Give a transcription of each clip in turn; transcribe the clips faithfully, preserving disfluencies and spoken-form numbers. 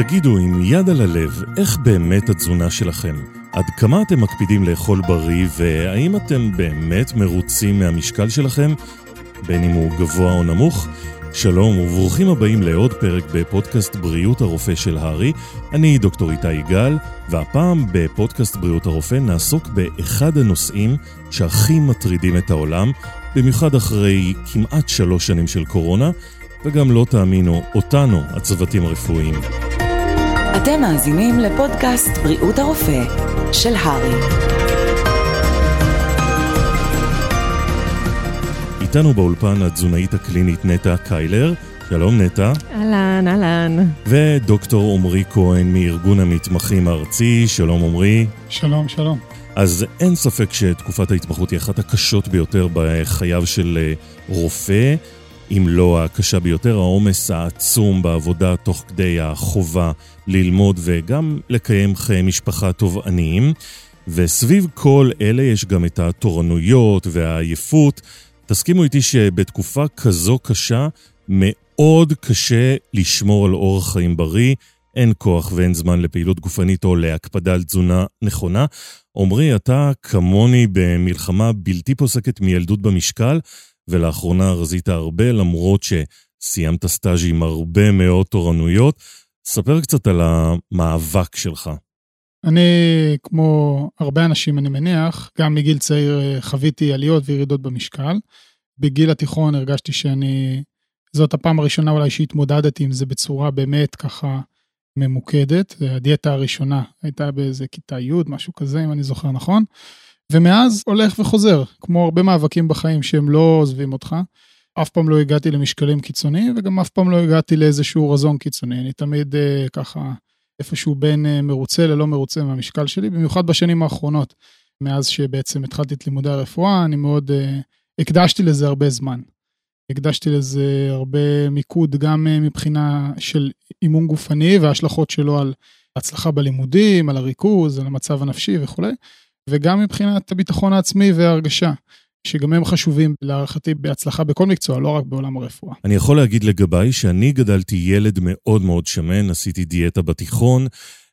תגידו עם יד על הלב, איך באמת התזונה שלכם? עד כמה אתם מקפידים לאכול בריא, והאם אתם באמת מרוצים מהמשקל שלכם, בין אם הוא גבוה או נמוך? שלום וברוכים הבאים לעוד פרק בפודקאסט בריאות הרופא של הרי. אני דוקטור איתי יגאל, והפעם בפודקאסט בריאות הרופא נעסוק באחד הנושאים שהכי מטרידים את העולם, במיוחד אחרי כמעט שלוש שנים של קורונה, וגם לא תאמינו, אותנו, הצוותים הרפואיים. אתם מאזינים לפודקאסט בריאות הרופא של הרי. איתנו באולפן התזונאית הקלינית נטע קיילר. שלום נטע. אהלן, אהלן. ודוקטור עמרי כהן מארגון המתמחים הארצי. שלום עמרי. שלום, שלום. אז אין ספק שתקופת ההתמחות היא אחת הקשות ביותר בחייו של רופא, אם לא הקשה ביותר. העומס העצום בעבודה תוך כדי החובה ללמוד וגם לקיים חיי משפחה תובעניים. וסביב כל אלה יש גם את התורנויות והעייפות. תסכימו איתי שבתקופה כזו קשה, מאוד קשה לשמור על אורח חיים בריא, אין כוח ואין זמן לפעילות גופנית או להקפדה על תזונה נכונה. עמרי, אתה כמוני במלחמה בלתי פוסקת מילדות במשקל, ולאחרונה רזית הרבה, למרות שסיימת סטאז' עם הרבה מאוד תורנויות. ספר קצת על המאבק שלך. אני, כמו הרבה אנשים אני מניח, גם מגיל צעיר חוויתי עליות וירידות במשקל. בגיל התיכון הרגשתי שאני, זאת הפעם הראשונה אולי שהתמודדתי עם זה בצורה באמת ככה ממוקדת. הדיאטה הראשונה הייתה באיזה כיתה י', משהו כזה, אם אני זוכר נכון. ומאז הולך וחוזר, כמו הרבה מאבקים בחיים שהם לא עוזבים אותך. אף פעם לא הגעתי למשקלים קיצוניים, וגם אף פעם לא הגעתי לאיזשהו רזון קיצוני. אני תמיד אה, ככה איפשהו בין אה, מרוצה ללא מרוצה מהמשקל שלי, במיוחד בשנים האחרונות, מאז שבעצם התחלתי את לימודי הרפואה, אני מאוד אה, הקדשתי לזה הרבה זמן. הקדשתי לזה הרבה מיקוד, גם אה, מבחינה של אימון גופני, וההשלכות שלו על הצלחה בלימודים, על הריכוז, על המצב הנפשי וכו'. וגם מבחינת הביטחון העצמי וההרגשה, שגם הם חשובים להערכתי בהצלחה בכל מקצוע, לא רק בעולם הרפואה. אני יכול להגיד לגביי שאני גדלתי ילד מאוד מאוד שמן, עשיתי דיאטה בתיכון,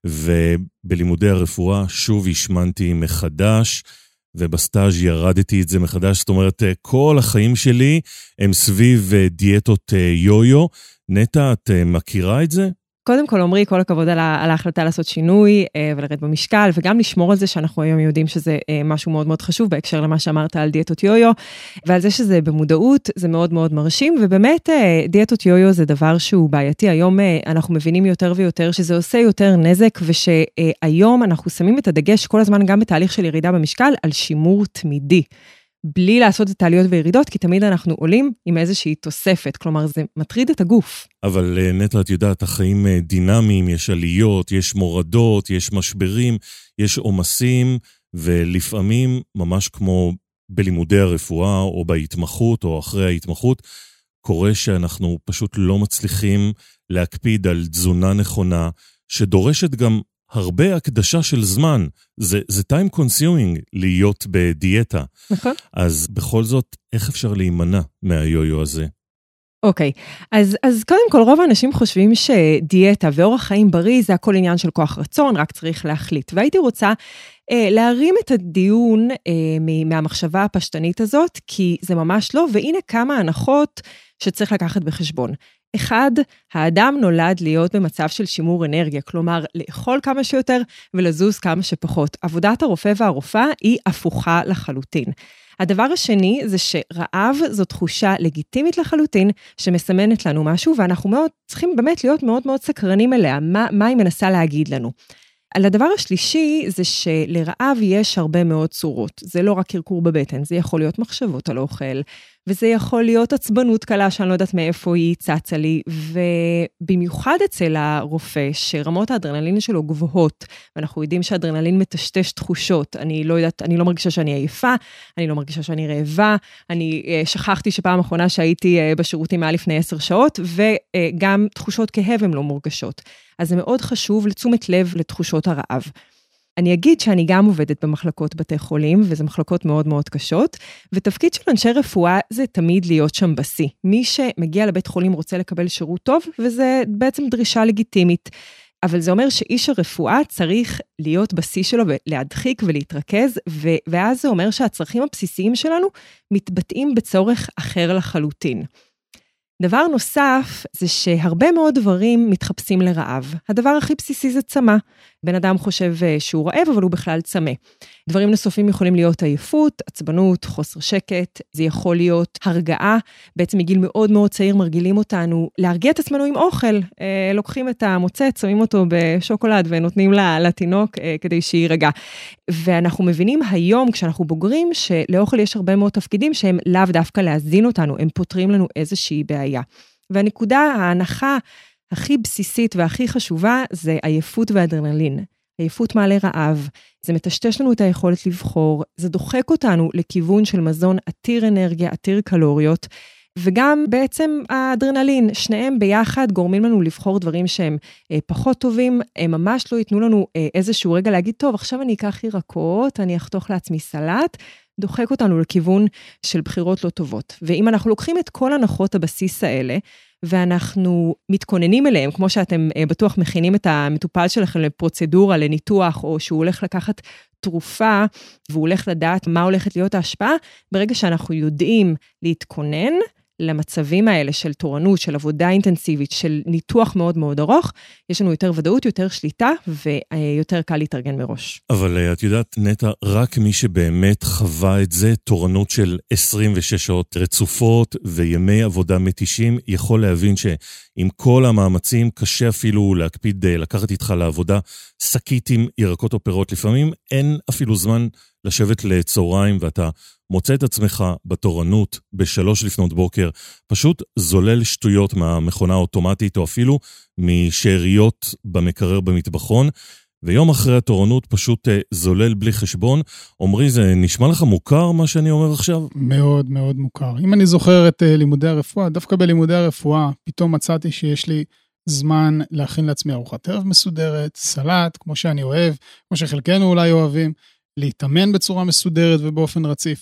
ובלימודי הרפואה שוב השמנתי מחדש, ובסטאז' ירדתי את זה מחדש. זאת אומרת, כל החיים שלי הם סביב דיאטות יו-יו. נטע, את מכירה את זה? קודם כל, עמרי, כל הכבוד על ההחלטה לעשות שינוי ולרד במשקל, וגם לשמור על זה שאנחנו היום יודעים שזה משהו מאוד מאוד חשוב, בהקשר למה שאמרת על דיאטות יו-יו, ועל זה שזה במודעות, זה מאוד מאוד מרשים, ובאמת דיאטות יו-יו זה דבר שהוא בעייתי. היום אנחנו מבינים יותר ויותר שזה עושה יותר נזק, ושהיום אנחנו שמים את הדגש כל הזמן גם בתהליך של ירידה במשקל, על שימור תמידי. בלי לעשות את העליות וירידות, כי תמיד אנחנו עולים עם איזושהי תוספת, כלומר זה מטריד את הגוף. אבל נטע, את יודעת, החיים דינמיים, יש עליות, יש מורדות, יש משברים, יש עומסים, ולפעמים ממש כמו בלימודי הרפואה, או בהתמחות, או אחרי ההתמחות, קורה שאנחנו פשוט לא מצליחים להקפיד על תזונה נכונה, שדורשת גם הרבה הקדשה של זמן. זה, זה time consuming להיות בדיאטה. נכון. אז בכל זאת, איך אפשר להימנע מהיו-יו הזה? אוקיי, אז, אז קודם כל, רוב האנשים חושבים שדיאטה ואורח חיים בריא זה הכל עניין של כוח רצון, רק צריך להחליט. והייתי רוצה אה, להרים את הדיון אה, מהמחשבה הפשטנית הזאת, כי זה ממש לא, והנה כמה הנחות שצריך לקחת בחשבון. אחד, האדם נולד להיות במצב של שימור אנרגיה, כלומר, לאכול כמה שיותר ולזוז כמה שפחות. עבודת הרופא והרופאה היא הפוכה לחלוטין. הדבר השני זה שרעב זו תחושה לגיטימית לחלוטין, שמסמנת לנו משהו, ואנחנו מאוד, צריכים באמת להיות מאוד מאוד סקרנים אליה, מה, מה היא מנסה להגיד לנו. על הדבר השלישי זה שלרעב יש הרבה מאוד צורות. זה לא רק קרקור בבטן, זה יכול להיות מחשבות על אוכל, וזה יכול להיות עצבנות קלה שאני לא יודעת מאיפה היא צצה לי, ובמיוחד אצל הרופא שרמות האדרנלין שלו גבוהות, ואנחנו יודעים שהאדרנלין מטשטש תחושות. אני לא יודעת, אני לא מרגישה שאני עייפה, אני לא מרגישה שאני רעבה, אני שכחתי שפעם האחרונה שהייתי בשירותים היה לפני עשר שעות, וגם תחושות כאב הן לא מורגשות. אז זה מאוד חשוב לתשומת לב לתחושות הרעב. אני אגיד שאני גם עובדת במחלקות בתי חולים, וזה מחלקות מאוד מאוד קשות, ותפקיד של אנשי רפואה זה תמיד להיות שם בשיא. מי שמגיע לבית חולים רוצה לקבל שירות טוב, וזה בעצם דרישה לגיטימית. אבל זה אומר שאיש הרפואה צריך להיות בשיא שלו ולהדחיק ולהתרכז, ו- ואז זה אומר שהצרכים הבסיסיים שלנו מתבטאים בצורך אחר לחלוטין. דבר נוסף זה שהרבה מאוד דברים מתחפשים לרעב. הדבר הכי בסיסי זה צמא. בן אדם חושב שהוא רעב, אבל הוא בכלל צמא. דברים נוספים יכולים להיות עייפות, עצבנות, חוסר שקט, זה יכול להיות הרגעה. בעצם מגיל מאוד מאוד צעיר מרגילים אותנו להרגיע את עצמנו עם אוכל. אה, לוקחים את המוצץ, שמים אותו בשוקולד ונותנים לתינוק אה, כדי שירגע. ואנחנו מבינים היום, כשאנחנו בוגרים, שלאוכל יש הרבה מאוד תפקידים שהם לאו דווקא להזין אותנו, הם פותרים לנו איזושהי בעיה. והנקודה, ההנחה הכי בסיסית והכי חשובה זה עייפות ואדרנלין. עייפות מעלה רעב, זה מטשטש לנו את היכולת לבחור, זה דוחק אותנו לכיוון של מזון עתיר אנרגיה, עתיר קלוריות, וגם בעצם האדרנלין, שניהם ביחד גורמים לנו לבחור דברים שהם אה, פחות טובים, הם ממש לא ייתנו לנו אה, איזשהו רגע להגיד, טוב, עכשיו אני אקח ירקות, אני אחתוך לעצמי סלט, דוחק אותנו לכיוון של בחירות לא טובות. ואם אנחנו לוקחים את כל הנחות הבסיס האלה, ואנחנו מתכוננים אליהם, כמו שאתם בטוח מכינים את המטופל שלכם לפרוצדורה, לניתוח, או שהוא הולך לקחת תרופה, והוא הולך לדעת מה הולכת להיות ההשפעה, ברגע שאנחנו יודעים להתכונן למצבים האלה של תורנות, של עבודה אינטנסיבית, של ניתוח מאוד מאוד ארוך, יש לנו יותר ודאות, יותר שליטה, ויותר קל להתארגן מראש. אבל את יודעת, נטע, רק מי שבאמת חווה את זה, תורנות של עשרים ושש שעות רצופות וימי עבודה מתישים, יכול להבין שעם כל המאמצים קשה אפילו להקפיד לקחת איתך לעבודה שקית עם ירקות או פירות. לפעמים אין אפילו זמן לשבת לצהריים, ואתה מוצא את עצמך בתורנות בשלוש לפנות בוקר, פשוט זולל שטויות מהמכונה האוטומטית, או אפילו משאריות במקרר במטבחון, ויום אחרי התורנות פשוט זולל בלי חשבון. עומרי, זה נשמע לך מוכר מה שאני אומר עכשיו? מאוד מאוד מוכר. אם אני זוכר את לימודי הרפואה, דווקא בלימודי הרפואה, פתאום מצאתי שיש לי זמן להכין לעצמי ארוחת ערב מסודרת, סלט, כמו שאני אוהב, כמו שחלקנו אולי אוהבים, להתאמן בצורה מסודרת ובאופן רציף,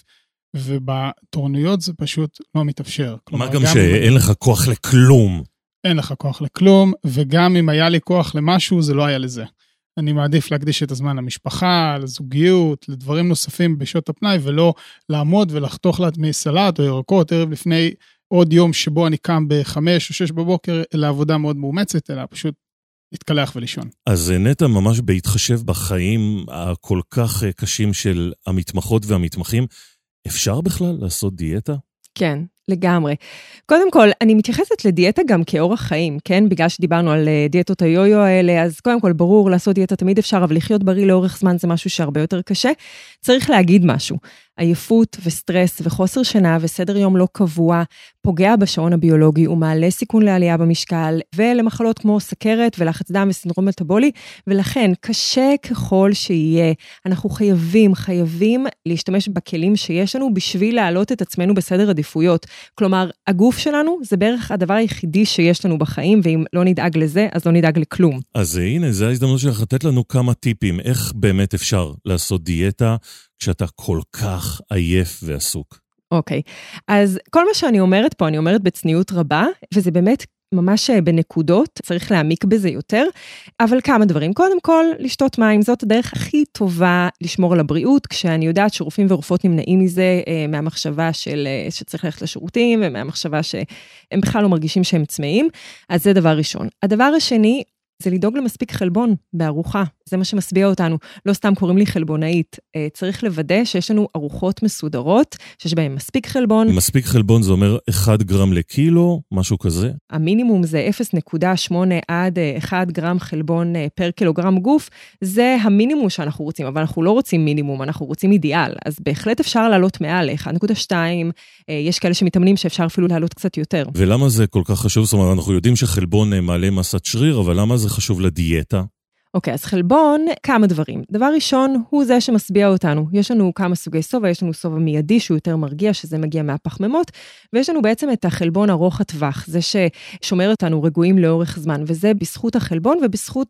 ובתורנויות זה פשוט לא מתאפשר. מה גם שאין לך כוח לכלום. אין לך כוח לכלום, וגם אם היה לי כוח למשהו, זה לא היה לזה. אני מעדיף להקדיש את הזמן למשפחה, לזוגיות, לדברים נוספים בשעות הפנאי, ולא לעמוד ולחתוך לעצמי סלט או ירקות ערב לפני עוד יום שבו אני קם בחמש או שש בבוקר, לעבודה מאוד מאומצת, אלא פשוט להתקלח ולישון. אז נטע, ממש בהתחשב בחיים הכל כך קשים של המתמחות והמתמחים, אפשר בכלל לעשות דיאטה? כן, לגמרי. קודם כל, אני מתייחסת לדיאטה גם כאורח חיים, כן? בגלל שדיברנו על דיאטות היו-יו האלה, אז קודם כל, ברור, לעשות דיאטה תמיד אפשר, אבל לחיות בריא לאורך זמן זה משהו שהרבה יותר קשה. צריך להגיד משהו. עייפות וסטרס וחוסר שינה וסדר יום לא קבוע, פוגע בשעון הביולוגי, ומעלה סיכון לעלייה במשקל, ולמחלות כמו סכרת ולחץ דם וסינדרום מטאבולי, ולכן קשה ככל שיהיה, אנחנו חייבים, חייבים להשתמש בכלים שיש לנו, בשביל להעלות את עצמנו בסדר עדיפויות. כלומר, הגוף שלנו זה בערך הדבר היחידי שיש לנו בחיים, ואם לא נדאג לזה, אז לא נדאג לכלום. אז הנה, זו ההזדמנות שלך לתת לנו כמה טיפים, איך באמת אפשר לעשות דיאטה, כשאתה כל כך עייף ועסוק. אוקיי, אז כל מה שאני אומרת פה, אני אומרת בצניעות רבה, וזה באמת ממש בנקודות, צריך להעמיק בזה יותר, אבל כמה דברים. קודם כל, לשתות מים, זאת הדרך הכי טובה לשמור על הבריאות, כשאני יודעת שרופאים ורופאות נמנעים מזה, מהמחשבה של, שצריך ללכת לשירותים, ומהמחשבה שהם בכלל לא מרגישים שהם צמאים, אז זה דבר ראשון. הדבר השני, זה לדאוג למספיק חלבון בארוחה, זה מה שמשביע אותנו, לא סתם קוראים לי חלבונאית, צריך לוודא שיש לנו ארוחות מסודרות, שיש בהן מספיק חלבון. מספיק חלבון זה אומר אחד גרם לקילו, משהו כזה? המינימום זה אפס נקודה שמונה עד אחד גרם חלבון פר קילוגרם גוף, זה המינימום שאנחנו רוצים, אבל אנחנו לא רוצים מינימום, אנחנו רוצים אידיאל, אז בהחלט אפשר לעלות מעל אחד נקודה שתיים, יש כאלה שמתאמנים שאפשר אפילו לעלות קצת יותר. ולמה זה כל כך חשוב? זאת אומרת, אנחנו יודעים שחלבון מעלה מסת שריר, אבל למה זה חשוב לדיאטה? אוקיי, אז חלבון, כמה דברים. דבר ראשון, הוא זה שמשביע אותנו. יש לנו כמה סוגי סובה, יש לנו סובה מיידי, שהוא יותר מרגיע, שזה מגיע מהפחמימות, ויש לנו בעצם את החלבון ארוך הטווח, זה ששומר אותנו רגועים לאורך זמן, וזה בזכות החלבון ובזכות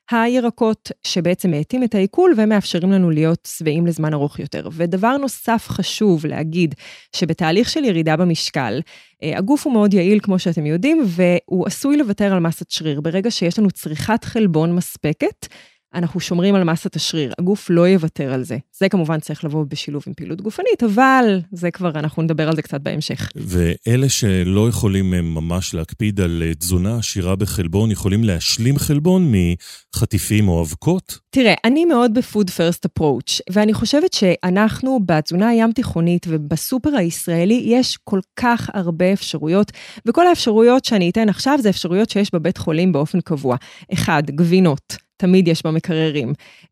הירקות שבעצם מעטים את העיכול ומאפשרים לנו להיות שבעים לזמן ארוך יותר. ודבר נוסף חשוב להגיד, שבתהליך של ירידה במשקל, הגוף הוא מאוד יעיל כמו שאתם יודעים, והוא עשוי לוותר על מסת שריר. ברגע שיש לנו צריכת חלבון מספקת, אנחנו שומרים על מסת השריר, הגוף לא יוותר על זה. זה כמובן צריך לבוא בשילוב עם פעילות גופנית, אבל זה כבר, אנחנו נדבר על זה קצת בהמשך. ואלה שלא יכולים ממש להקפיד על תזונה עשירה בחלבון, יכולים להשלים חלבון מחטיפים או אבקות? תראה, אני מאוד ב-food first approach, ואני חושבת שאנחנו בתזונה הים תיכונית ובסופר הישראלי, יש כל כך הרבה אפשרויות, וכל האפשרויות שאני אתן עכשיו, זה אפשרויות שיש בבית חולים באופן קבוע. אחד, גבינות. תמיד יש במקררים.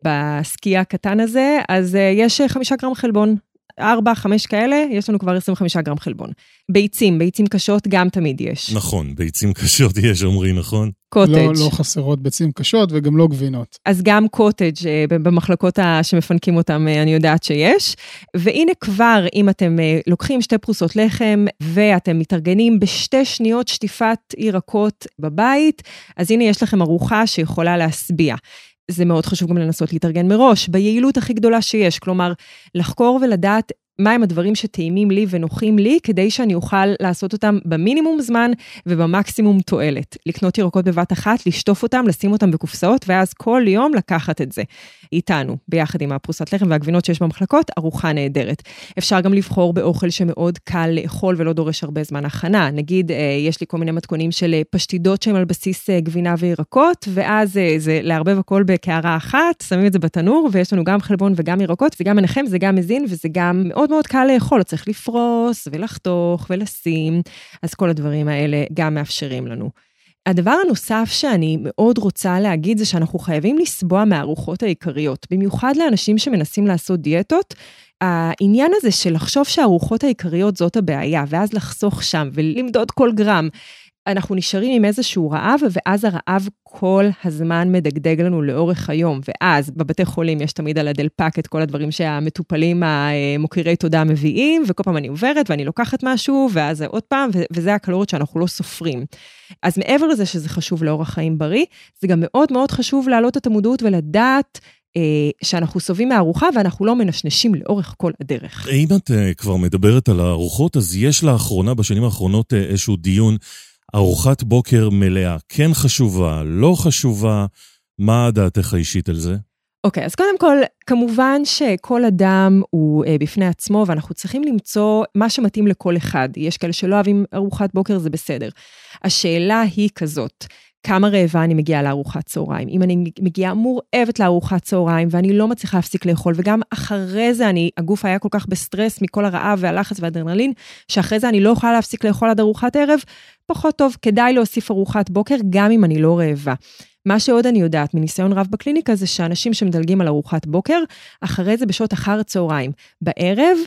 בסקי הקטן הזה, אז יש חמישה גרם חלבון. ארבע, חמש כאלה, יש לנו כבר עשרים וחמישה גרם חלבון. ביצים, ביצים קשות גם תמיד יש. נכון, ביצים קשות יש, אומרי, נכון? קוטג'. לא, לא חסרות ביצים קשות וגם לא גבינות. אז גם קוטג' במחלקות שמפנקים אותם, אני יודעת שיש. והנה כבר, אם אתם לוקחים שתי פרוסות לחם, ואתם מתארגנים בשתי שניות שטיפת ירקות בבית, אז הנה יש לכם ארוחה שיכולה להסביע. זה מאוד חשוב גם לנסות להתארגן מראש, ביעילות הכי גדולה שיש, כלומר, לחקור ולדעת מהם הדברים שטעימים לי ונוחים לי, כדי שאני אוכל לעשות אותם במינימום זמן ובמקסימום תועלת. לקנות ירקות בבת אחת, לשטוף אותם, לשים אותם בקופסאות, ואז כל יום לקחת את זה איתנו, ביחד עם הפרוסת לחם והגבינות שיש במחלקות, ארוחה נהדרת. אפשר גם לבחור באוכל שמאוד קל לאכול ולא דורש הרבה זמן הכנה. נגיד, יש לי כל מיני מתכונים של פשטידות שהם על בסיס גבינה וירקות, ואז זה לערבב הכל בקערה אחת, שמים את זה בתנור, ויש לנו גם חלבון וגם ירקות, וגם מנחם, זה גם מזין, וזה גם מאוד מאוד קל לאכול, צריך לפרוס ולחתוך ולשים, אז כל הדברים האלה גם מאפשרים לנו. הדבר הנוסף שאני מאוד רוצה להגיד, זה שאנחנו חייבים לסבוע מהארוחות העיקריות, במיוחד לאנשים שמנסים לעשות דיאטות, העניין הזה של לחשוב שהארוחות העיקריות זאת הבעיה, ואז לחסוך שם ולמדוד כל גרם, אנחנו נשארים עם איזשהו רעב, ואז הרעב כל הזמן מדגדג לנו לאורך היום, ואז בבתי חולים יש תמיד על הדלפק את כל הדברים שהמטופלים המוכירי תודה מביאים, וכל פעם אני עוברת ואני לוקחת משהו, ואז זה עוד פעם, וזה הקלוריות שאנחנו לא סופרים. אז מעבר לזה שזה חשוב לאורח חיים בריא, זה גם מאוד מאוד חשוב להעלות את המודעות ולדעת, שאנחנו סובים מהארוחה, ואנחנו לא מנשנשים לאורך כל הדרך. אם את כבר מדברת על הארוחות, אז יש לאחרונה, בשנים האחרונות, איזשהו דיון, ארוחת בוקר מלאה, כן חשובה, לא חשובה, מה דעתך האישית על זה? אוקיי, אז קודם כל, כמובן שכל אדם הוא אה, בפני עצמו, ואנחנו צריכים למצוא מה שמתאים לכל אחד. יש כאלה שלא אוהבים ארוחת בוקר, זה בסדר. השאלה היא כזאת, כמה רעבה אני מגיעה לארוחת צהריים. אם אני מגיעה מורעבת לארוחת צהריים, ואני לא מצליחה להפסיק לאכול, וגם אחרי זה אני, הגוף היה כל כך בסטרס מכל הרעב והלחץ והאדרנלין, שאחרי זה אני לא יכולה להפסיק לאכול עד ארוחת ערב, פחות טוב, כדאי להוסיף ארוחת בוקר, גם אם אני לא רעבה. מה שעוד אני יודעת מניסיון רב בקליניקה, זה שאנשים שמדלגים על ארוחת בוקר, אחרי זה בשעות אחר הצהריים. בערב,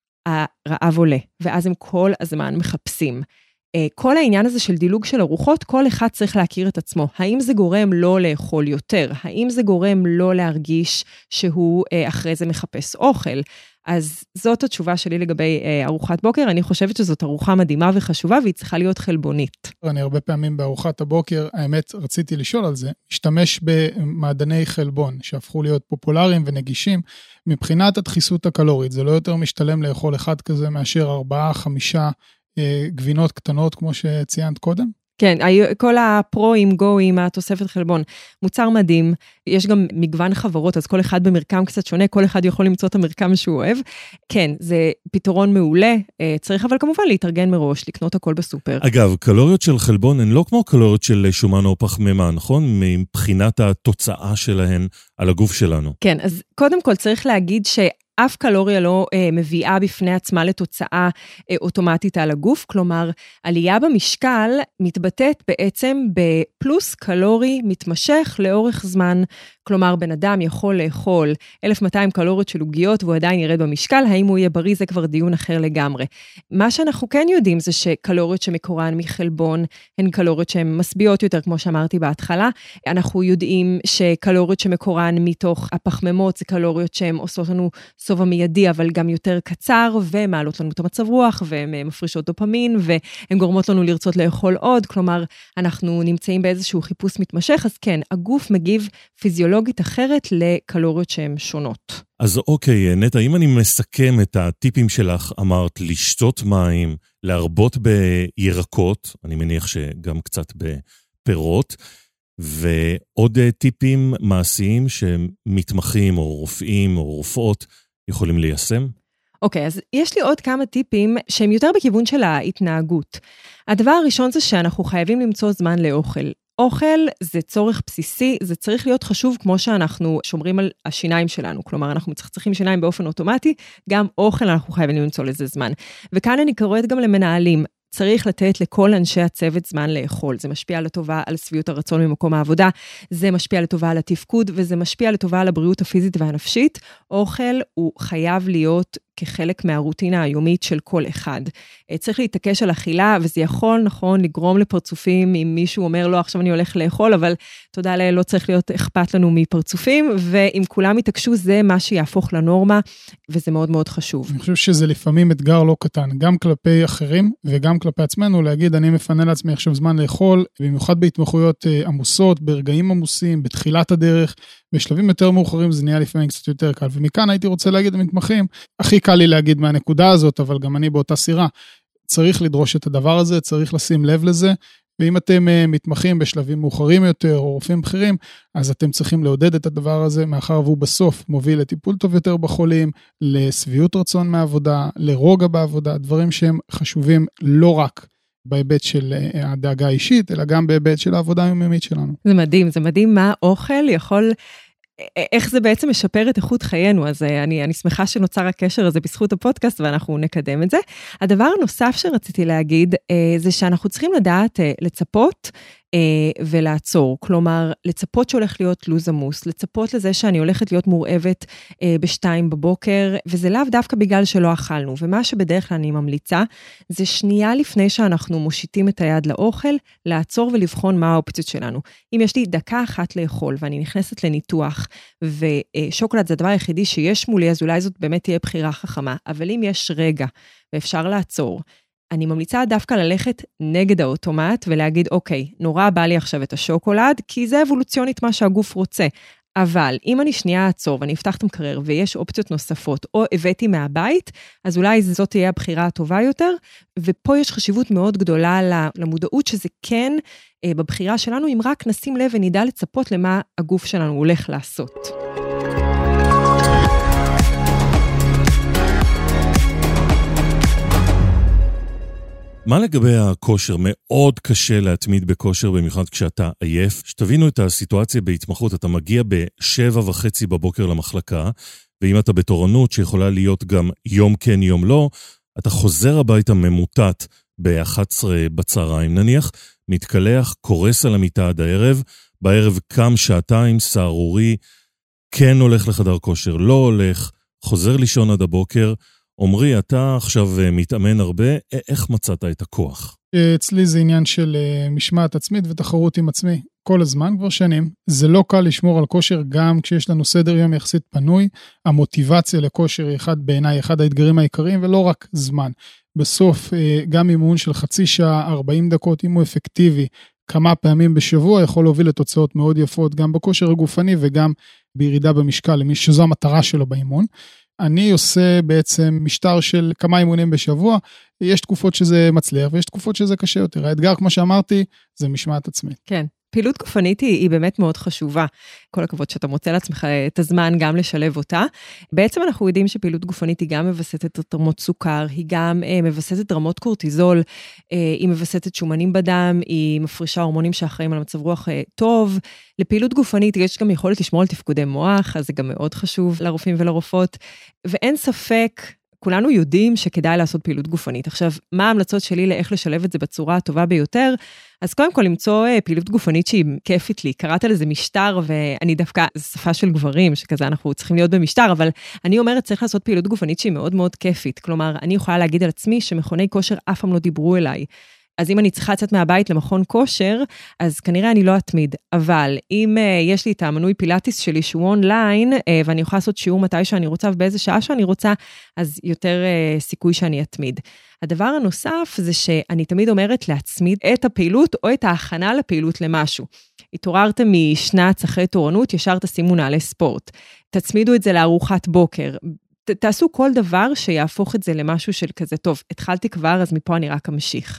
הרעב עולה, ואז הם כל הזמן מחפשים. כל העניין הזה של דילוג של ארוחות, כל אחד צריך להכיר את עצמו. האם זה גורם לא לאכול יותר? האם זה גורם לא להרגיש שהוא אחרי זה מחפש אוכל? אז זאת התשובה שלי לגבי ארוחת בוקר. אני חושבת שזאת ארוחה מדהימה וחשובה, והיא צריכה להיות חלבונית. אני הרבה פעמים בארוחת הבוקר, האמת רציתי לשאול על זה, משתמש במעדני חלבון, שהפכו להיות פופולריים ונגישים, מבחינת הדחיסות הקלורית. זה לא יותר משתלם לאכול אחד כזה, מאשר ארבעה, חמישה, גבינות קטנות, כמו שציינת קודם? כן, כל הפרוים, גויים, התוספת חלבון, מוצר מדהים, יש גם מגוון חברות, אז כל אחד במרקם קצת שונה, כל אחד יכול למצוא את המרקם שהוא אוהב. כן, זה פתרון מעולה, צריך אבל כמובן להתארגן מראש, לקנות הכל בסופר. אגב, קלוריות של חלבון הן לא כמו קלוריות של שומן או פחמימה, נכון? מבחינת התוצאה שלהן על הגוף שלנו. כן, אז קודם כל צריך להגיד ש... אף קלוריה לא אה, מביאה בפני עצמה לתוצאה אה, אוטומטית על הגוף, כלומר, עלייה במשקל מתבטאת בעצם בפלוס קלורי מתמשך לאורך זמן, כלומר, בן אדם יכול לאכול אלף ומאתיים קלוריות של עוגיות, והוא עדיין ירד במשקל, האם הוא יהיה בריא, זה כבר דיון אחר לגמרי. מה שאנחנו כן יודעים זה שקלוריות שמקורן מחלבון, הן קלוריות שהן משביעות יותר, כמו שאמרתי בהתחלה. אנחנו יודעים שקלוריות שמקורן מתוך הפחמימות, זה קלוריות שהן עושות לנו סובה מיידי, אבל גם יותר קצר, ומעלות לנו את המצב רוח, והן מפרישות דופמין, והן גורמות לנו לרצות לאכול עוד, כלומר, אנחנו נמצאים באיזשהו חיפוש מתמשך, אז כן, הגוף מגיב פיזיולוגית אחרת לקלוריות שהן שונות. אז אוקיי, נטע, אם אני מסכם את הטיפים שלך, אמרת לשתות מים, להרבות בירקות, אני מניח שגם קצת בפירות, ועוד טיפים מעשיים שמתמחים או רופאים או רופאות יכולים ליישם? אוקיי, אז יש לי עוד כמה טיפים שהם יותר בכיוון של ההתנהגות. הדבר הראשון זה שאנחנו חייבים למצוא זמן לאוכל. אוכל זה צורך בסיסי, זה צריך להיות חשוב כמו שאנחנו שומרים על השיניים שלנו, כלומר אנחנו מצחצחים שיניים באופן אוטומטי, גם אוכל אנחנו חייבים למצוא לזה זמן. וכאן אני קוראת גם למנהלים, צריך לתת לכל אנשי הצוות זמן לאכול, זה משפיע לטובה על סביעות הרצון ממקום העבודה, זה משפיע לטובה על התפקוד, וזה משפיע לטובה על הבריאות הפיזית והנפשית. אוכל הוא חייב להיות כחלק מהרוטינה היומית של כל אחד. צריך להתעקש על אכילה, וזה יכול, נכון, לגרום לפרצופים, אם מישהו אומר, לא, עכשיו אני הולך לאכול, אבל תודה לאל, לא צריך להיות אכפת לנו מפרצופים, ואם כולם יתעקשו, זה מה שיהפוך לנורמה, וזה מאוד מאוד חשוב. אני חושב שזה לפעמים אתגר לא קטן, גם כלפי אחרים, וגם כלפי עצמנו, להגיד, אני מפנה לעצמי עכשיו זמן לאכול, במיוחד בהתמחויות עמוסות, ברגעים עמוסים, בתחילת הדרך, בשלבים יותר מאוחרים זה נהיה לפעמים קצת יותר קל, ומכאן הייתי רוצה להגיד למתמחים, הכי קל לי להגיד מהנקודה הזאת, אבל גם אני באותה סירה, צריך לדרוש את הדבר הזה, צריך לשים לב לזה, ואם אתם מתמחים בשלבים מאוחרים יותר, או רופאים בכירים, אז אתם צריכים לעודד את הדבר הזה, מאחר והוא בסוף מוביל לטיפול טוב יותר בחולים, לסביעות רצון מהעבודה, לרוגע בעבודה, דברים שהם חשובים לא רק בהיבט של הדאגה האישית, אלא גם בהיבט של העבודה היומיומית שלנו. זה מדהים, זה מדהים מה אוכל יכול, איך זה בעצם משפר את איכות חיינו, אז אני, אני שמחה שנוצר הקשר הזה בזכות הפודקאסט, ואנחנו נקדם את זה. הדבר הנוסף שרציתי להגיד, זה שאנחנו צריכים לדעת לצפות, ולעצור, כלומר, לצפות שהולך להיות לוז עמוס, לצפות לזה שאני הולכת להיות מורעבת בשתיים בבוקר, וזה לאו דווקא בגלל שלא אכלנו, ומה שבדרך כלל אני ממליצה, זה שנייה לפני שאנחנו מושיטים את היד לאוכל, לעצור ולבחון מה האופציות שלנו. אם יש לי דקה אחת לאכול, ואני נכנסת לניתוח, ושוקולד זה הדבר היחידי שיש מולי, אז אולי זאת באמת תהיה בחירה חכמה, אבל אם יש רגע, ואפשר לעצור, אני ממליצה דווקא ללכת נגד האוטומט ולהגיד, אוקיי, נורא בא לי עכשיו את השוקולד, כי זה אבולוציונית מה שהגוף רוצה. אבל אם אני שנייה אעצור ואני אפתח את המקרר ויש אופציות נוספות, או הבאתי מהבית, אז אולי זאת תהיה הבחירה הטובה יותר, ופה יש חשיבות מאוד גדולה למודעות שזה כן בבחירה שלנו, אם רק נשים לב ונדע לצפות למה הגוף שלנו הולך לעשות. מה לגבי הכושר? מאוד קשה להתמיד בכושר, במיוחד כשאתה עייף. שתבינו את הסיטואציה בהתמחות, אתה מגיע בשבע וחצי בבוקר למחלקה, ואם אתה בתורנות שיכולה להיות גם יום כן יום לא, אתה חוזר הביתה ממוטט ב-אחת עשרה בצהריים נניח, מתקלח, קורס על המיטה עד הערב, בערב קם שעתיים, סערורי, כן הולך לחדר כושר, לא הולך, חוזר לישון עד הבוקר, עומרי, אתה עכשיו מתאמן הרבה, איך מצאת את הכוח? אצלי זה עניין של משמעת עצמית ותחרות עם עצמי כל הזמן, כבר שנים. זה לא קל לשמור על כושר גם כשיש לנו סדר יום יחסית פנוי. המוטיבציה לכושר היא אחד בעיניי, אחד האתגרים העיקריים, ולא רק זמן. בסוף, גם אימון של חצי שעה, ארבעים דקות, אם הוא אפקטיבי, כמה פעמים בשבוע, יכול להוביל לתוצאות מאוד יפות, גם בכושר הגופני וגם בירידה במשקל, למי שזו המטרה שלו באימון. אני עושה בעצם משטר של כמה אימונים בשבוע, יש תקופות שזה מצליח ויש תקופות שזה קשה יותר. האתגר, כמו שאמרתי, זה משמעת עצמית. כן. פעילות גופנית היא, היא באמת מאוד חשובה. כל הכבוד שאתה מוצא לעצמך את הזמן גם לשלב אותה. בעצם אנחנו יודעים שפעילות גופנית היא גם מבססת את רמות סוכר, היא גם אה, מבססת את רמות קורטיזול, אה, היא מבססת שומנים בדם, היא מפרישה הורמונים שאחראים על מצב רוח אה, טוב. לפעילות גופנית יש גם יכולת לשמור על תפקודי מוח, אז זה גם מאוד חשוב לרופאים ולרופאות. ואין ספק, כולנו יודעים שכדאי לעשות פעילות גופנית. עכשיו, מה ההמלצות שלי לאיך לשלב את זה בצורה הטובה ביותר? אז קודם כל למצוא פעילות גופנית שהיא כיפית לי. קראת לזה משטר, ואני דווקא, זו שפה של גברים, שכזה אנחנו צריכים להיות במשטר, אבל אני אומרת, צריך לעשות פעילות גופנית שהיא מאוד מאוד כיפית. כלומר, אני יכולה להגיד על עצמי שמכוני כושר אף פעם לא דיברו אליי. אז אם אני צריכה לצאת מהבית למכון כושר, אז כנראה אני לא אתמיד. אבל אם uh, יש לי את המנוי פילאטיס שלי שהוא אונליין, uh, ואני יכולה לעשות שיעור מתי שאני רוצה ובאיזה שעה שאני רוצה, אז יותר uh, סיכוי שאני אתמיד. הדבר הנוסף זה שאני תמיד אומרת להצמיד את הפעילות או את ההכנה לפעילות למשהו. התעוררתם משנץ אחרי תורנות, ישר תשימו נעלי ספורט. תצמידו את זה לארוחת בוקר. ת, תעשו כל דבר שיהפוך את זה למשהו של כזה, טוב, התחלתי כבר, אז מפה אני רק אמשיך.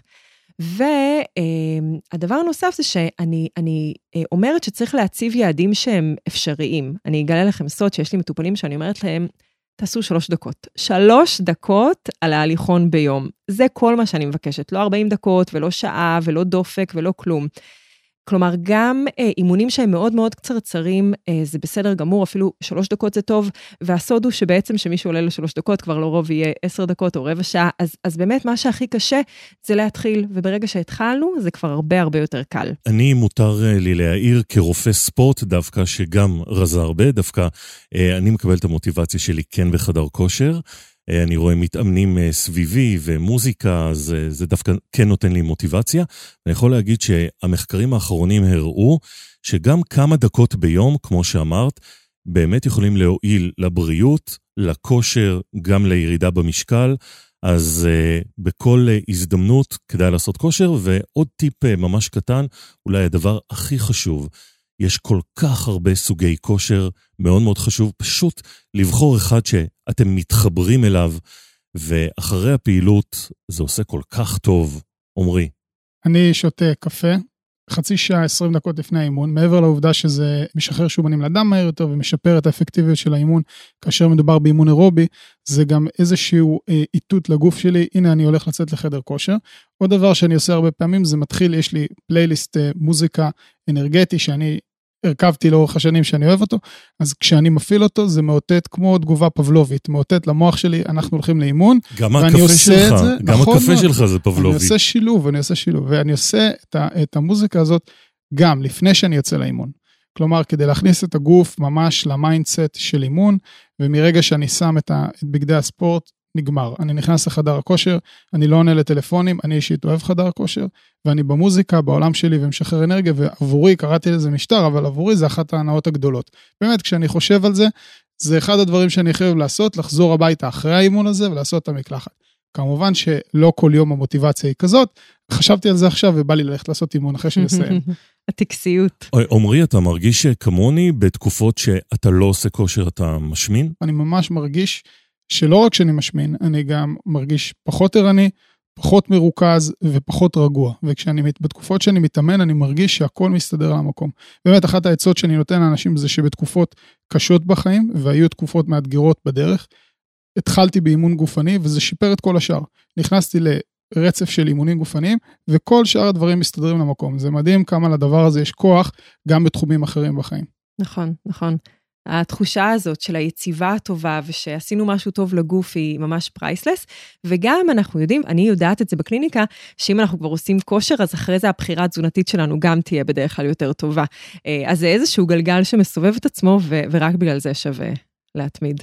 והדבר הנוסף זה שאני אני אומרת שצריך להציב יעדים שהם אפשריים. אני אגלה לכם סוד שיש לי מטופלים שאני אומרת להם, תעשו שלוש דקות. שלוש דקות על ההליכון ביום. זה כל מה שאני מבקשת. לא ארבעים דקות ולא שעה ולא דופק ולא כלום. כלומר, גם אה, אימונים שהם מאוד מאוד קצרצרים, אה, זה בסדר גמור, אפילו שלוש דקות זה טוב, והסוד הוא שבעצם שמישהו עולה לשלוש דקות, כבר לרוב יהיה עשר דקות או רבע שעה, אז, אז באמת מה שהכי קשה זה להתחיל, וברגע שהתחלנו, זה כבר הרבה הרבה יותר קל. אני מותר לי להעיר כרופא ספורט דווקא, שגם רזה הרבה, דווקא אה, אני מקבל את המוטיבציה שלי כן בחדר כושר, אני רואה מתאמנים סביבי ומוזיקה, זה, זה דווקא כן נותן לי מוטיבציה. אני יכול להגיד שהמחקרים האחרונים הראו שגם כמה דקות ביום, כמו שאמרת, באמת יכולים להועיל לבריאות, לכושר, גם לירידה במשקל. אז uh, בכל uh, הזדמנות כדאי לעשות כושר, ועוד טיפ uh, ממש קטן, אולי הדבר הכי חשוב, יש כל כך הרבה סוגי כושר, מאוד מאוד חשוב פשוט לבחור אחד שאתם מתחברים אליו, ואחרי הפעילות זה עושה כל כך טוב. עומרי. אני שותה קפה, חצי שעה, עשרים דקות לפני האימון, מעבר לעובדה שזה משחרר שומנים לדם מהר יותר, ומשפר את האפקטיביות של האימון, כאשר מדובר באימון אירובי, זה גם איזשהו איתות לגוף שלי, הנה אני הולך לצאת לחדר כושר. עוד דבר שאני עושה הרבה פעמים, זה מתחיל, יש לי פלייליסט מוזיקה אנרגטי, שאני הרכבתי לאורך השנים שאני אוהב אותו, אז כשאני מפעיל אותו, זה מאותת כמו תגובה פבלובית, מאותת למוח שלי, אנחנו הולכים לאימון, גם הקפה שלך, גם הקפה שלך זה פבלובי. אני עושה שילוב, אני עושה שילוב, ואני עושה את, ה, את המוזיקה הזאת, גם לפני שאני יוצא לאימון. כלומר, כדי להכניס את הגוף ממש למיינדסט של אימון, ומרגע שאני שם את, ה, את בגדי הספורט, נגמר. אני נכנס לחדר הכושר, אני לא עונה לטלפונים, אני אישית אוהב חדר הכושר, ואני במוזיקה, בעולם שלי, ומשחרר אנרגיה, ועבורי, קראתי לזה משטר, אבל עבורי זה אחת ההנאות הגדולות. באמת, כשאני חושב על זה, זה אחד הדברים שאני חייב לעשות, לחזור הביתה אחרי האימון הזה, ולעשות את המקלחת. כמובן שלא כל יום המוטיבציה היא כזאת, חשבתי על זה עכשיו, ובא לי ללכת לעשות אימון אחרי שנסיים. הטקסיות. עומרי, אתה מרגיש כמוני, בתקופות שאתה לא עושה כושר, אתה משמין? אני ממש מרגיש שלא רק שאני משמין, אני גם מרגיש פחות ערני, פחות מרוכז ופחות רגוע. וכשאני, בתקופות שאני מתאמן, אני מרגיש שהכל מסתדר על המקום. באמת, אחת העצות שאני נותן לאנשים זה שבתקופות קשות בחיים, והיו תקופות מאתגרות בדרך, התחלתי באימון גופני, וזה שיפר את כל השאר. נכנסתי לרצף של אימונים גופניים, וכל שאר הדברים מסתדרים למקום. זה מדהים כמה לדבר הזה יש כוח, גם בתחומים אחרים בחיים. נכון, נכון. התחושה הזאת של היציבה הטובה, ושעשינו משהו טוב לגוף, היא ממש פרייסלס, וגם אנחנו יודעים, אני יודעת את זה בקליניקה, שאם אנחנו כבר עושים כושר, אז אחרי זה הבחירה התזונתית שלנו גם תהיה בדרך כלל יותר טובה. אז זה איזשהו גלגל שמסובב את עצמו, ו- ורק בגלל זה שווה להתמיד.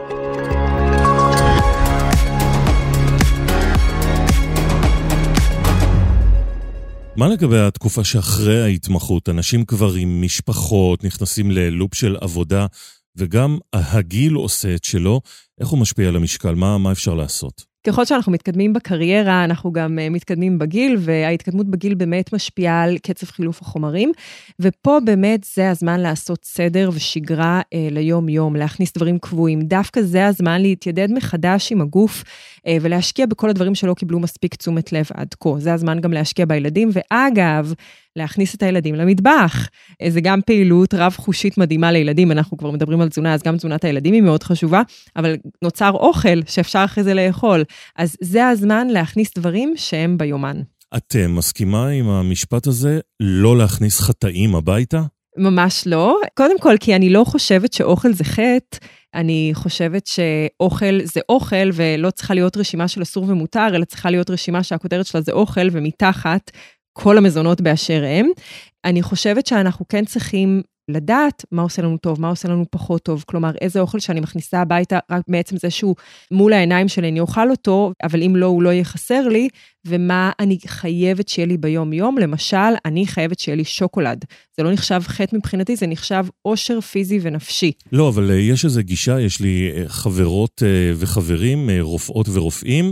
מה לגבי התקופה שאחרי ההתמחות, אנשים כבר עם משפחות, נכנסים ללופ של עבודה, וגם הגיל עושה את שלו, איך הוא משפיע על המשקל? מה, מה אפשר לעשות? ככל שאנחנו מתקדמים בקריירה, אנחנו גם מתקדמים בגיל, וההתקדמות בגיל באמת משפיעה על קצב חילוף החומרים, ופה באמת זה הזמן לעשות סדר ושגרה אה, ליום-יום, להכניס דברים קבועים. דווקא זה הזמן להתיידד מחדש עם הגוף, אה, ולהשקיע בכל הדברים שלא קיבלו מספיק תשומת לב עד כה. זה הזמן גם להשקיע בילדים, ואגב, להכניס את הילדים למטבח. זה גם פעילות רב חושית מדהימה לילדים, אנחנו כבר מדברים על תזונה, אז גם תזונת הילדים היא מאוד חשובה, אבל נוצר אוכל שאפשר אחרי זה לאכול. אז זה הזמן להכניס דברים שהם ביומן. את מסכימה עם המשפט הזה, לא להכניס חטאים הביתה? ממש לא. קודם כל, כי אני לא חושבת שאוכל זה חטא, אני חושבת שאוכל זה אוכל, ולא צריכה להיות רשימה של אסור ומותר, אלא צריכה להיות רשימה שהכותרת שלה זה אוכל, ומתחת כל המזונות באשר הם. אני חושבת שאנחנו כן צריכים לדעת מה עושה לנו טוב, מה עושה לנו פחות טוב, כלומר, איזה אוכל שאני מכניסה הביתה, רק בעצם זה שהוא מול העיניים שלי, אני אוכל אותו, אבל אם לא, הוא לא יחסר לי, ומה אני חייבת שיהיה לי ביום יום, למשל, אני חייבת שיהיה לי שוקולד. זה לא נחשב חטא מבחינתי, זה נחשב עושר פיזי ונפשי. לא, אבל יש איזו גישה, יש לי חברות וחברים, רופאות ורופאים,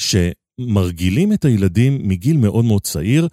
שמרגילים את הילדים מגיל מאוד מאוד צעיר,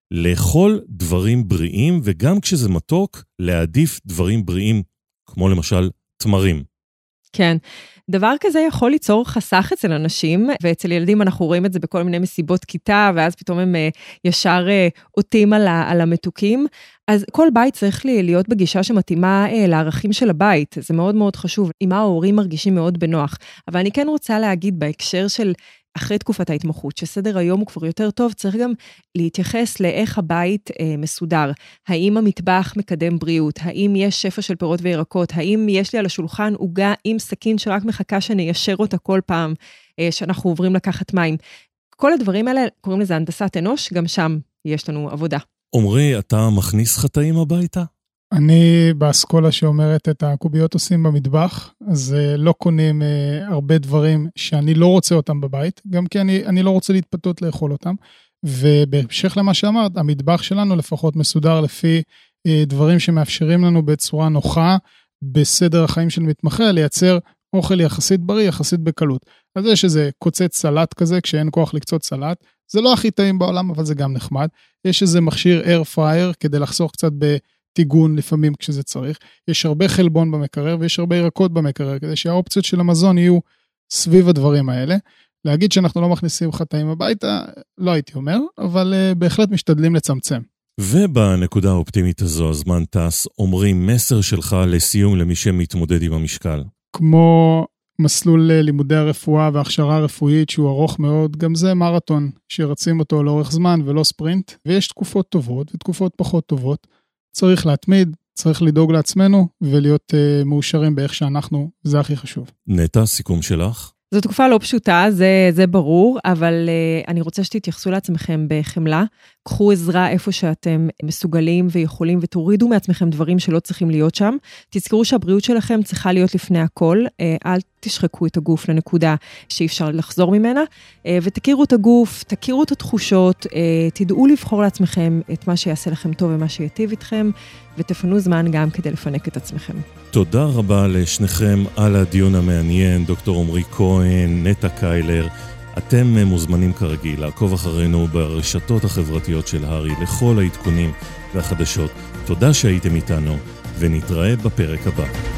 לאכול דברים בריאים, וגם כשזה מתוק, להעדיף דברים בריאים, כמו למשל תמרים. כן, דבר כזה יכול ליצור חסך אצל אנשים, ואצל ילדים אנחנו רואים את זה בכל מיני מסיבות כיתה, ואז פתאום הם ישר עוטים על, על המתוקים. אז כל בית צריך להיות בגישה שמתאימה לערכים של הבית, זה מאוד מאוד חשוב, עם מה ההורים מרגישים מאוד בנוח. אבל אני כן רוצה להגיד בהקשר של אחרי תקופת ההתמחות, שסדר היום הוא כבר יותר טוב, צריך גם להתייחס לאיך הבית אה, מסודר. האם המטבח מקדם בריאות? האם יש שפע של פירות וירקות? האם יש לי על השולחן עוגה עם סכין שרק מחכה שניישר אותה כל פעם אה, שאנחנו עוברים לקחת מים? כל הדברים האלה, קוראים לזה הנדסת אנוש, גם שם יש לנו עבודה. עומרי, אתה מכניס חטאים הביתה? אני באסכולה שאומרת את הקוביות עושים במטבח, אז לא קונים הרבה דברים שאני לא רוצה אותם בבית, גם כי אני, אני לא רוצה להתפתות לאכול אותם, ובהמשך למה שאמרת, המטבח שלנו לפחות מסודר לפי דברים שמאפשרים לנו בצורה נוחה, בסדר החיים של מתמחה, לייצר אוכל יחסית בריא, יחסית בקלות. אז יש איזה קוצץ סלט כזה, כשאין כוח לקצות סלט, זה לא הכי טעים בעולם, אבל זה גם נחמד. יש איזה מכשיר air fryer, כדי לחסוך קצת ב... טיגון לפעמים כשזה צריך, יש הרבה חלבון במקרר ויש הרבה ירקות במקרר, כדי שהאופציות של המזון יהיו סביב הדברים האלה. להגיד שאנחנו לא מכניסים חטאים הביתה, לא הייתי אומר, אבל uh, בהחלט משתדלים לצמצם. ובנקודה האופטימית הזו, הזמן טס, אומרים מסר שלך לסיום למי שמתמודד עם המשקל. כמו מסלול לימודי הרפואה והכשרה רפואית שהוא ארוך מאוד, גם זה מרתון שרצים אותו לאורך זמן ולא ספרינט, ויש תקופות טובות ותקופות פחות טובות. צריך להתמיד, צריך לדאוג לעצמנו, ולהיות uh, מאושרים באיך שאנחנו, זה הכי חשוב. נטע, סיכום שלך? זו תקופה לא פשוטה, זה, זה ברור, אבל uh, אני רוצה שתתייחסו לעצמכם בחמלה, קחו עזרה איפה שאתם מסוגלים ויכולים, ותורידו מעצמכם דברים שלא צריכים להיות שם, תזכרו שהבריאות שלכם צריכה להיות לפני הכל, uh, אל תשחקו את הגוף לנקודה שאי אפשר לחזור ממנה, uh, ותכירו את הגוף, תכירו את התחושות, uh, תדעו לבחור לעצמכם את מה שיעשה לכם טוב ומה שיטיב איתכם, ותפנו זמן גם כדי לפנק את עצמכם. תודה רבה לשניכם על הדיון המעניין, דוקטור עומרי כהן, נטע קיילר. אתם מוזמנים כרגיל לעקוב אחרינו ברשתות החברתיות של הרי לכל העדכונים והחדשות. תודה שהייתם איתנו, ונתראה בפרק הבא.